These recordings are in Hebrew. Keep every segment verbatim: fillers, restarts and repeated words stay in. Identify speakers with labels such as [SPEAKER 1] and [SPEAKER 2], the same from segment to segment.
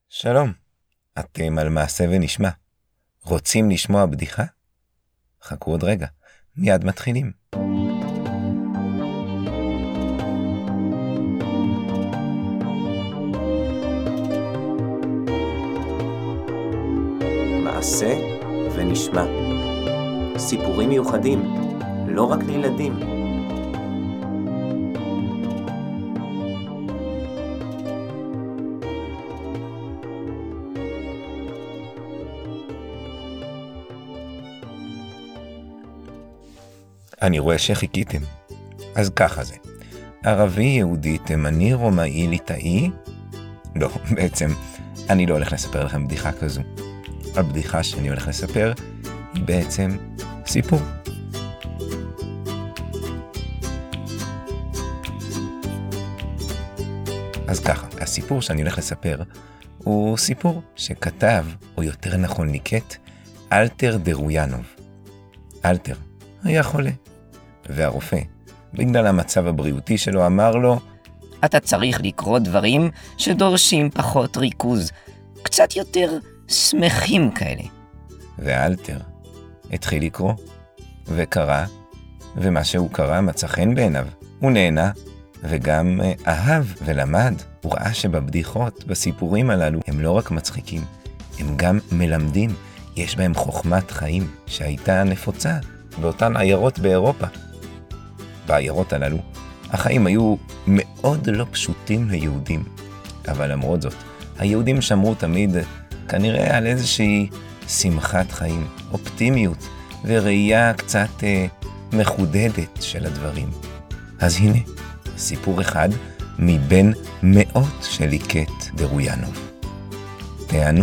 [SPEAKER 1] שלום, אתם על מעשה ונשמע. רוצים לשמוע בדיחה? חכו עוד רגע, מיד מתחילים.
[SPEAKER 2] מעשה ונשמע. סיפורים מיוחדים, לא רק לילדים.
[SPEAKER 1] אני רואה שחיכיתם. אז ככה זה. ערבי, יהודי, תימני, רומאי, ליטאי? לא, בעצם אני לא הולך לספר לכם בדיחה כזו. הבדיחה שאני הולך לספר היא בעצם סיפור. אז ככה, הסיפור שאני הולך לספר הוא סיפור שכתב, או יותר נכון ניקט, אלתר דרויאנוב. אלתר היה חולה, והרופא, בגלל המצב הבריאותי שלו, אמר לו,
[SPEAKER 3] אתה צריך לקרוא דברים שדורשים פחות ריכוז, קצת יותר שמחים כאלה.
[SPEAKER 1] ואלתר התחיל לקרוא, וקרא, ומה שהוא קרא מצא חן בעיניו. הוא נהנה, וגם אהב ולמד. הוא ראה שבבדיחות, בסיפורים הללו, הם לא רק מצחיקים, הם גם מלמדים. יש בהם חוכמת חיים שהייתה נפוצה באותן עיירות באירופה. בעיירות הללו, החיים היו מאוד לא פשוטים ליהודים. אבל למרות זאת, היהודים שמרו תמיד כנראה על איזושהי שמחת חיים, אופטימיות וראייה קצת אה, מחודדת של הדברים. אז הנה, סיפור אחד מבין מאות של ליקט דרויאנוב. תענו.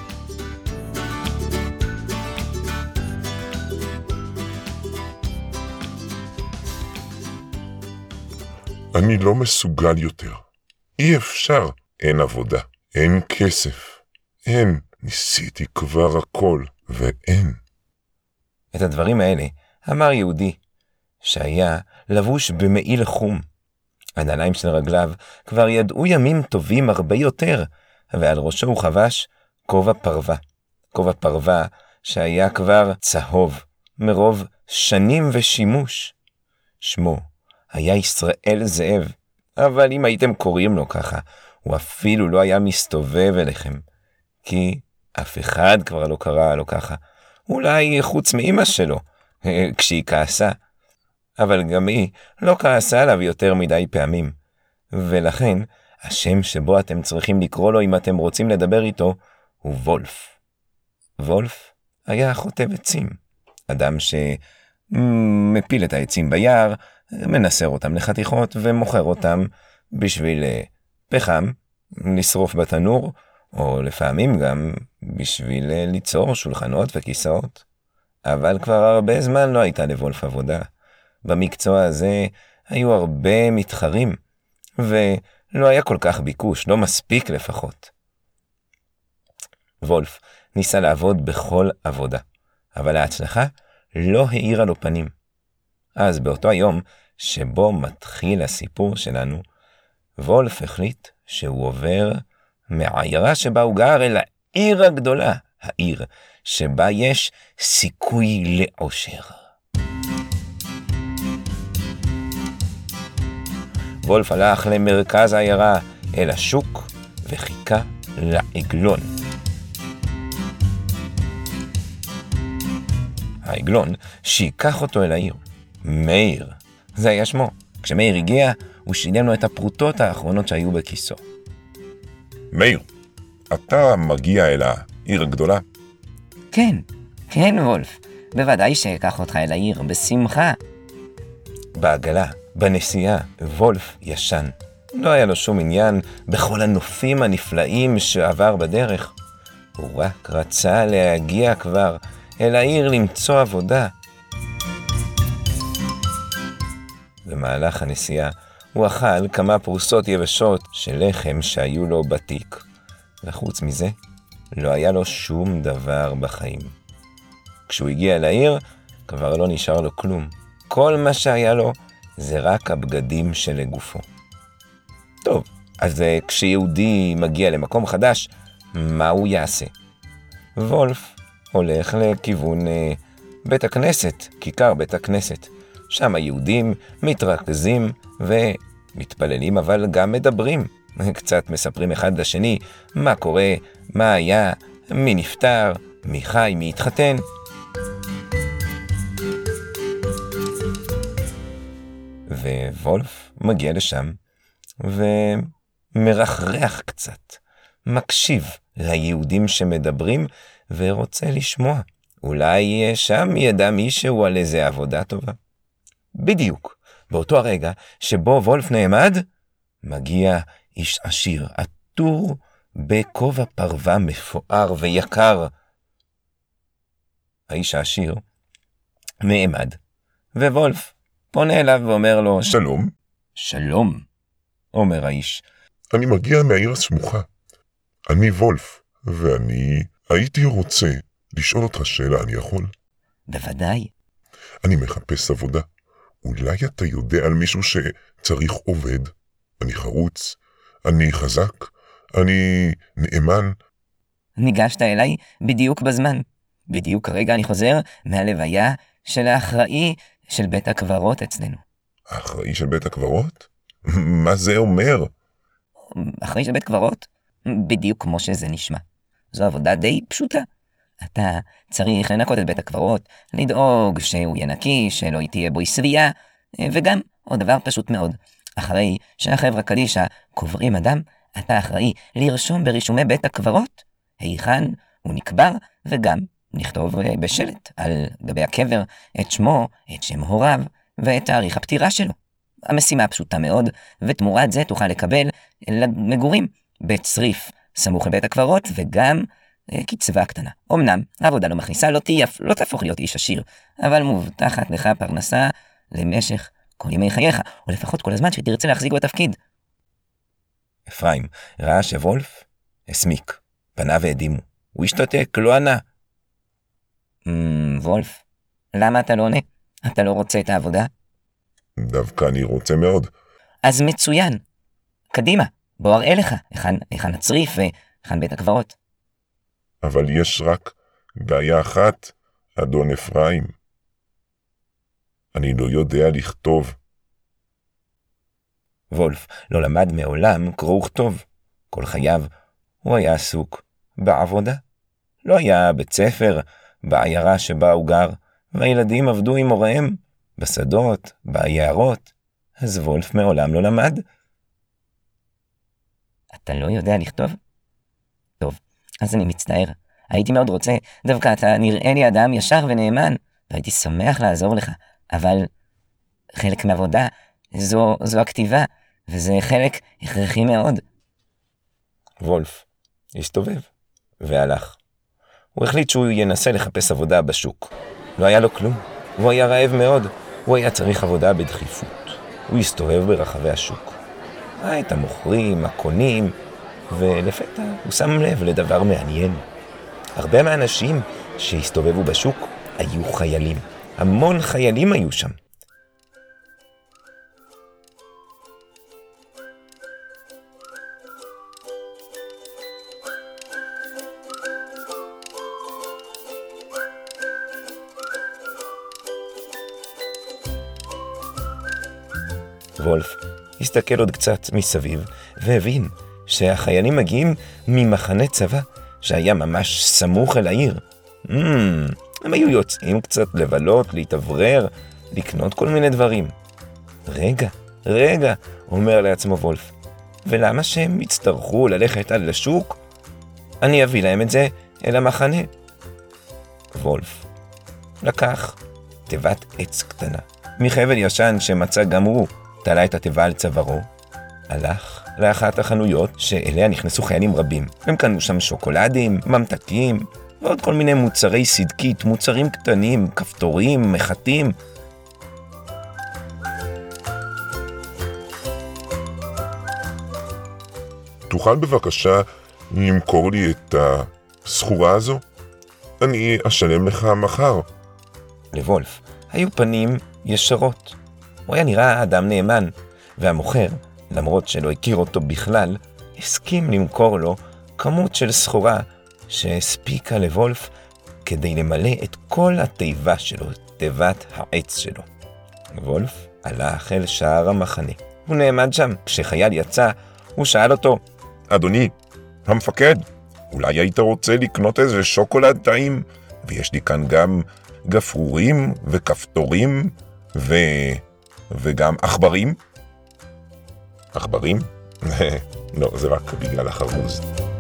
[SPEAKER 4] אני לא מסוגל יותר. אי אפשר. אין עבודה, אין כסף, אין. ניסיתי כבר הכל, ואין.
[SPEAKER 1] את הדברים האלה אמר יהודי שהיה לבוש במעיל חום. הנעליים של רגליו כבר ידעו ימים טובים הרבה יותר, ועל ראשו הוא חבש כובע פרווה. כובע פרווה שהיה כבר צהוב, מרוב שנים ושימוש. שמו היה ישראל זאב, אבל אם הייתם קוראים לו ככה, הוא אפילו לא היה מסתובב אליכם, כי אף אחד כבר לא קרא לו ככה, אולי חוץ מאמא שלו, כשהיא כעסה, אבל גם היא לא כעסה עליו יותר מדי פעמים, ולכן השם שבו אתם צריכים לקרוא לו אם אתם רוצים לדבר איתו, הוא וולף. וולף היה חוטב עצים, אדם שמפיל את העצים ביער, מנסר אותם לחתיכות ומוכר אותם בשביל פחם, לשרוף בתנור, או לפעמים גם בשביל ליצור שולחנות וכיסאות. אבל כבר הרבה זמן לא הייתה לוולף עבודה. במקצוע הזה היו הרבה מתחרים, ולא היה כל כך ביקוש, לא מספיק לפחות. וולף ניסה לעבוד בכל עבודה, אבל ההצלחה לא האירה לו פנים. אז באותו היום שבו מתחיל הסיפור שלנו, וולף החליט שהוא עובר מהעיירה שבה הוא גר אל העיר הגדולה, העיר שבה יש סיכוי לאושר. וולף הלך למרכז העיירה, אל השוק, וחיכה לעגלון. העגלון שיקח אותו אל העיר. מאיר, זה היה שמו. כשמאיר הגיע, הוא שילם לו את הפרוטות האחרונות שהיו בכיסו.
[SPEAKER 4] מאיר, אתה מגיע אל העיר הגדולה?
[SPEAKER 3] כן, כן וולף, בוודאי שאקח אותך אל העיר, בשמחה.
[SPEAKER 1] בעגלה, בנסיעה, וולף ישן. לא היה לו שום עניין בכל הנופים הנפלאים שעבר בדרך. הוא רק רצה להגיע כבר אל העיר למצוא עבודה. במהלך הנסיעה הוא אכל כמה פרוסות יבשות של לחם שהיו לו בתיק, וחוץ מזה לא היה לו שום דבר בחיים. כשהוא הגיע לעיר כבר לא נשאר לו כלום. כל מה שהיה לו זה רק הבגדים שלגופו. טוב, אז כשיהודי מגיע למקום חדש, מה הוא יעשה. וולף הולך לכיוון אה, בית הכנסת, כיכר בית הכנסת. שם היהודים מתרכזים ומתפללים, אבל גם מדברים. קצת מספרים אחד לשני מה קורה, מה היה, מי נפטר, מי חי, מי התחתן. ווולף מגיע לשם ומרחרח קצת, מקשיב ליהודים שמדברים ורוצה לשמוע. אולי שם ידע מישהו על איזה עבודה טובה. בדיוק באותו הרגע שבו וולף נעמד, מגיע איש עשיר, עטור בכובע פרווה מפואר ויקר. האיש העשיר נעמד, ווולף פונה אליו ואומר לו,
[SPEAKER 4] שלום,
[SPEAKER 1] שלום, אומר האיש.
[SPEAKER 4] אני מגיע מהעיר הסמוכה. אני וולף, ואני הייתי רוצה לשאול אותך שאלה, אני יכול?
[SPEAKER 3] בוודאי.
[SPEAKER 4] אני מחפש עבודה. אולי אתה יודע על מישהו שצריך עובד? אני חרוץ, אני חזק, אני נאמן.
[SPEAKER 3] ניגשת אליי בדיוק בזמן. בדיוק כרגע אני חוזר מהלוויה של האחראי של בית הקברות אצלנו.
[SPEAKER 4] האחראי של בית הקברות? מה זה אומר?
[SPEAKER 3] אחראי של בית קברות? בדיוק כמו שזה נשמע. זו עבודה די פשוטה. אתה צריך לנקות את בית הקברות, לדאוג שהוא ינקי, שלא תהיה בו סבייה, וגם עוד דבר פשוט מאוד. אחרי שהחברה קדישה קוברים אדם, אתה אחראי לרשום ברישומי בית הקברות היכן הוא נקבר, וגם נכתוב בשלט על גבי הקבר את שמו, את שם הוריו ואת תאריך הפטירה שלו. המשימה פשוטה מאוד, ותמורת זה תוכל לקבל למגורים בצריף סמוך לבית הקברות, וגם קצבה קטנה. אמנם העבודה לא מכניסה, לא תייף, לא תהפוך להיות איש עשיר, אבל מובטחת לך פרנסה למשך כל ימי חייך, או לפחות כל הזמן שתרצה להחזיק בתפקיד.
[SPEAKER 1] אפרים ראה שוולף הסמיק, פניו והדימו. הוא השתתק, לא ענה.
[SPEAKER 3] Mm, וולף, למה אתה לא עונה? אתה לא רוצה את העבודה?
[SPEAKER 4] דווקא אני רוצה מאוד.
[SPEAKER 3] אז מצוין. קדימה, בוא אראה לך, היכן, היכן הצריף והיכן בית הקברות.
[SPEAKER 4] אבל יש רק בעיה אחת, אדון אפרים. אני לא יודע לכתוב.
[SPEAKER 1] וולף לא למד מעולם קרוא וכתוב. כל חייו הוא היה עסוק בעבודה. לא היה בית ספר בעיירה שבה הוא גר, והילדים עבדו עם הוריהם בשדות, ביערות. אז וולף מעולם לא למד.
[SPEAKER 3] אתה לא יודע לכתוב? טוב, אז אני מצטער. הייתי מאוד רוצה, דווקא אתה נראה לי אדם ישר ונאמן, והייתי שמח לעזור לך, אבל חלק מעבודה זו, זו הכתיבה, וזה חלק הכרחי מאוד.
[SPEAKER 1] וולף הסתובב והלך. הוא החליט שהוא ינסה לחפש עבודה בשוק. לא היה לו כלום, הוא היה רעב מאוד, הוא היה צריך עבודה בדחיפות. הוא הסתובב ברחבי השוק. ראה את המוכרים, הקונים, ולפתע הוא שם לב לדבר מעניין. הרבה מהאנשים שהסתובבו בשוק היו חיילים. המון חיילים היו שם. וולף הסתכל עוד קצת מסביב והבין שהחיילים מגיעים ממחנה צבא שהיה ממש סמוך אל העיר. Mm, הם היו יוצאים קצת לבלות, להתאוורר, לקנות כל מיני דברים. רגע, רגע, אומר לעצמו וולף, ולמה שהם יצטרכו ללכת על השוק? אני אביא להם את זה אל המחנה. וולף לקח תיבת עץ קטנה מחבל ישן שמצא גם הוא, תלה את התיבה על צווארו, הלך לאחת החנויות שאליה נכנסו חיילים רבים. הם קנו שם שוקולדים, ממתקים, ועוד כל מיני מוצרי סדקית, מוצרים קטנים, כפתורים, מחטים.
[SPEAKER 4] תוכל בבקשה למכור לי את הסחורה הזו? אני אשלם לך מחר.
[SPEAKER 1] לוולף היו פנים ישרות. הוא היה נראה אדם נאמן, והמוכר, למרות שלא הכיר אותו בכלל, הסכים למכור לו כמות של סחורה שהספיקה לוולף כדי למלא את כל התיבה שלו, תיבת העץ שלו. וולף הלך אל שער המחנה. הוא נעמד שם. כשחייל יצא, הוא שאל אותו,
[SPEAKER 4] אדוני, המפקד, אולי היית רוצה לקנות איזה שוקולד טעים? ויש לי כאן גם גפרורים וכפתורים ו... וגם עכברים. עכברים? לא, זה רק בגלל החרוז.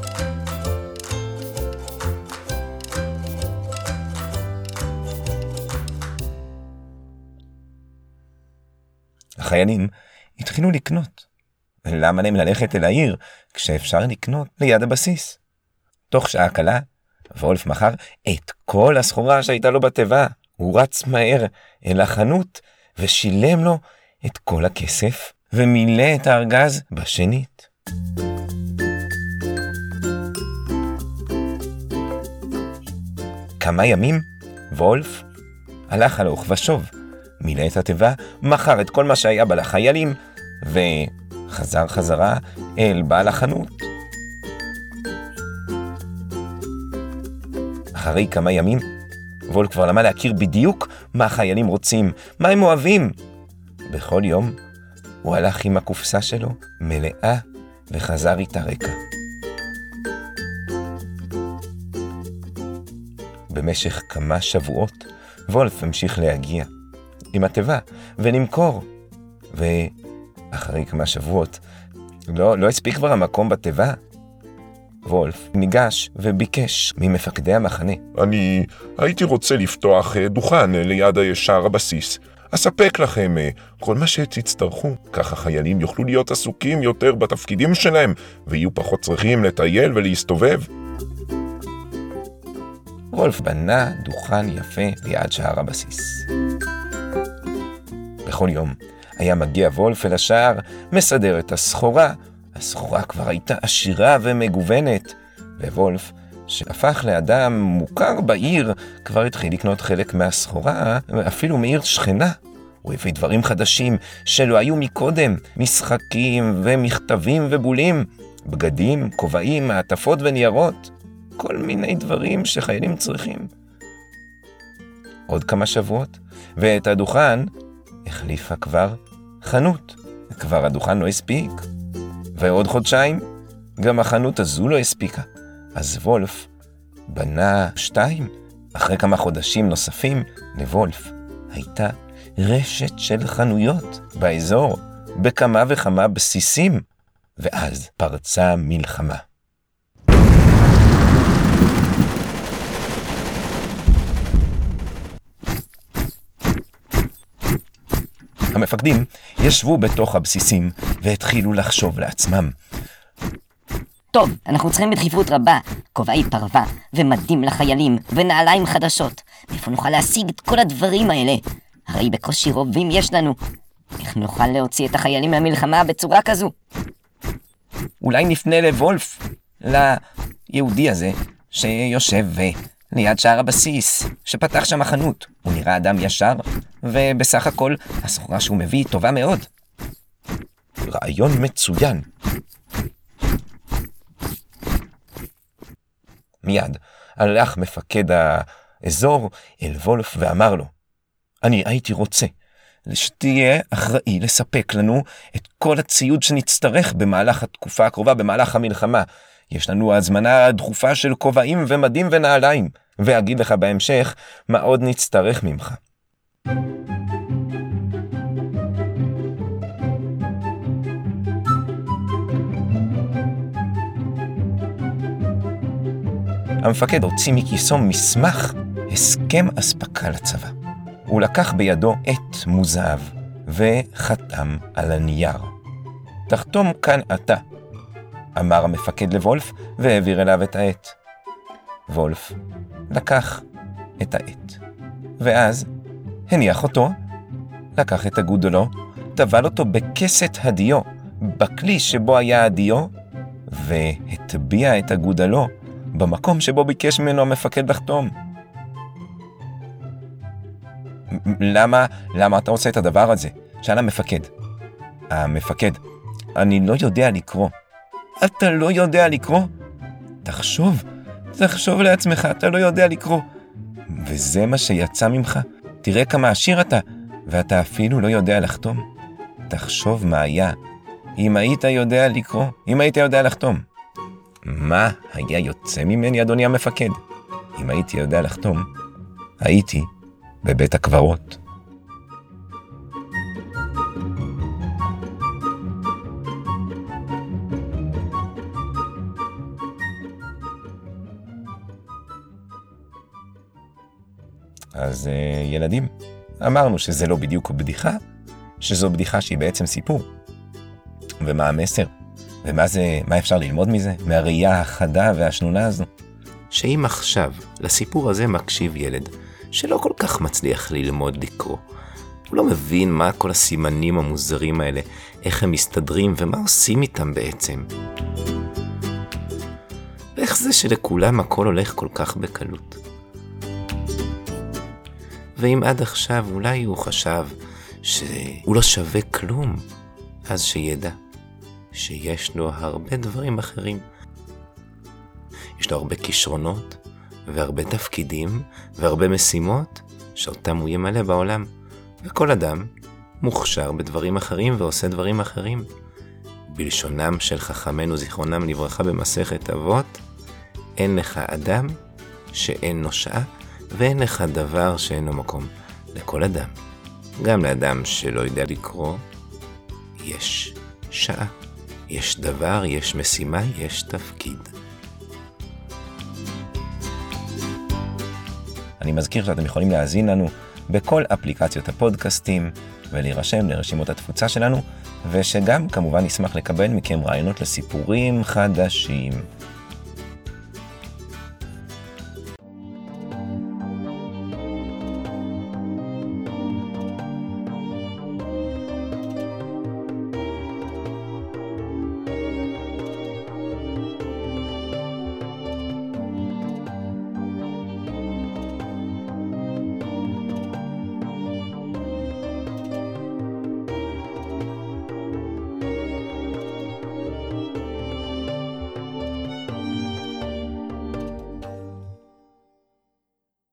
[SPEAKER 1] החיילים התחילו לקנות. למה להם ללכת אל העיר כשאפשר לקנות ליד הבסיס? תוך שעה קלה, וולף מכר את כל הסחורה שהייתה לו בתיבה. הוא רץ מהר אל החנות ושילם לו את כל הכסף ומילא את הארגז בשנית. כמה ימים וולף הלך הלוך ושוב, מילא את התיבה, מכר את כל מה שהיה בה לחיילים וחזר חזרה אל בעל החנות. אחרי כמה ימים וולף כבר למד להכיר בדיוק מה החיילים רוצים, מה הם אוהבים. בכל יום הוא הלך עם הקופסה שלו מלאה וחזר איתה ריקה. במשך כמה שבועות וולף המשיך להגיע עם התיבה ולמכור, ואחרי כמה שבועות לא, לא הספיק כבר המקום בתיבה. וולף ניגש וביקש ממפקדי המחנה,
[SPEAKER 4] אני הייתי רוצה לפתוח דוכן ליד שער הבסיס. אספק לכם כל מה שתצטרכו, ככה חיילים יוכלו להיות עסוקים יותר בתפקידים שלהם, ויהיו פחות צריכים לטייל ולהסתובב.
[SPEAKER 1] וולף בנה דוכן יפה ליד שער הבסיס. בכל יום היה מגיע וולף אל השער, מסדר את הסחורה. הסחורה כבר הייתה עשירה ומגוונת, ווולף, שהפך לאדם מוכר בעיר, כבר התחיל לקנות חלק מהסחורה, אפילו מעיר שכנה. הוא הביא דברים חדשים שלא היו מקודם, משחקים ומכתבים ובולים, בגדים, כובעים, מעטפות וניירות, כל מיני דברים שחיילים צריכים. עוד כמה שבועות, ואת הדוכן החליפה כבר חנות. כבר הדוכן לא הספיק. ועוד חודשיים, גם החנות הזו לא הספיקה. אז וולף בנה שתיים. אחרי כמה חודשים נוספים, לוולף הייתה רשת של חנויות באזור, בכמה וכמה בסיסים. ואז פרצה מלחמה. המפקדים ישבו בתוך הבסיסים והתחילו לחשוב לעצמם.
[SPEAKER 5] טוב, אנחנו צריכים בדחיפות רבה כובעי פרווה ומדים לחיילים ונעליים חדשות. איפה נוכל להשיג את כל הדברים האלה? הרי בקושי רובים יש לנו. איך נוכל להוציא את החיילים מהמלחמה בצורה כזו?
[SPEAKER 1] אולי נפנה לוולף, ליהודי הזה שיושב ליד שער הבסיס, שפתח שם החנות. הוא נראה אדם ישר, ובסך הכל הסחורה שהוא מביא טובה מאוד. רעיון מצוין. מיד הלך מפקד האזור אל וולף ואמר לו, אני הייתי רוצה שתהיה אחראי לספק לנו את כל הציוד שנצטרך במהלך התקופה הקרובה, במהלך המלחמה. יש לנו הזמנה דחופה של כובעים ומדים ונעליים, ואגיד לך בהמשך מה עוד נצטרך ממך. המפקד הוציא מכיסו מסמך הסכם אספקה לצבא. הוא לקח בידו עט מוזהב וחתם על הנייר. תחתום כאן אתה, אמר המפקד לוולף והעביר אליו את העט. וולף לקח את העט, ואז הניח אותו, לקח את הגודלו, טבל אותו בכסת הדיו, בכלי שבו היה הדיו, והטביע את הגודלו במקום שבו ביקש ממנו המפקד לחתום. למה, למה אתה עושה את הדבר הזה? שאל המפקד. המפקד, אני לא יודע לקרוא. אתה לא יודע לקרוא? תחשוב, תחשוב לעצמך, אתה לא יודע לקרוא. וזה מה שיצא ממך. תראה כמה עשיר אתה, ואתה אפילו לא יודע לחתום. תחשוב מה היה, אם היית יודע לקרוא, אם היית יודע לחתום. מה היה יוצא ממני, אדוני המפקד? אם הייתי יודע לחתום, הייתי בבית הקברות. אז ילדים, אמרנו שזה לא בדיוק בדיחה, שזו בדיחה שהיא בעצם סיפור. ומה המסר? ומה זה, מה אפשר ללמוד מזה? מהראייה החדה והשנונה הזו?
[SPEAKER 2] שאם עכשיו לסיפור הזה מקשיב ילד, שלא כל כך מצליח ללמוד לקרוא, הוא לא מבין מה כל הסימנים המוזרים האלה, איך הם מסתדרים ומה עושים איתם בעצם. ואיך זה שלכולם הכל הולך כל כך בקלות? ואם עד עכשיו אולי הוא חשב שהוא לא שווה כלום, אז שידע שיש לו הרבה דברים אחרים. יש לו הרבה כישרונות והרבה תפקידים והרבה משימות שאותם הוא ימלא בעולם. וכל אדם מוכשר בדברים אחרים ועושה דברים אחרים. בלשונם של חכמינו זיכרונם לברכה במסכת אבות, אין לך אדם שאין לו שעה, ואין לך דבר שאינו מקום. לכל אדם, גם לאדם שלא יודע לקרוא, יש שעה, יש דבר, יש משימה, יש תפקיד.
[SPEAKER 1] אני מזכיר שאתם יכולים להאזין לנו בכל אפליקציות הפודקאסטים, ולהירשם לרשימות התפוצה שלנו, ושגם כמובן נשמח לקבל מכם רעיונות לסיפורים חדשים.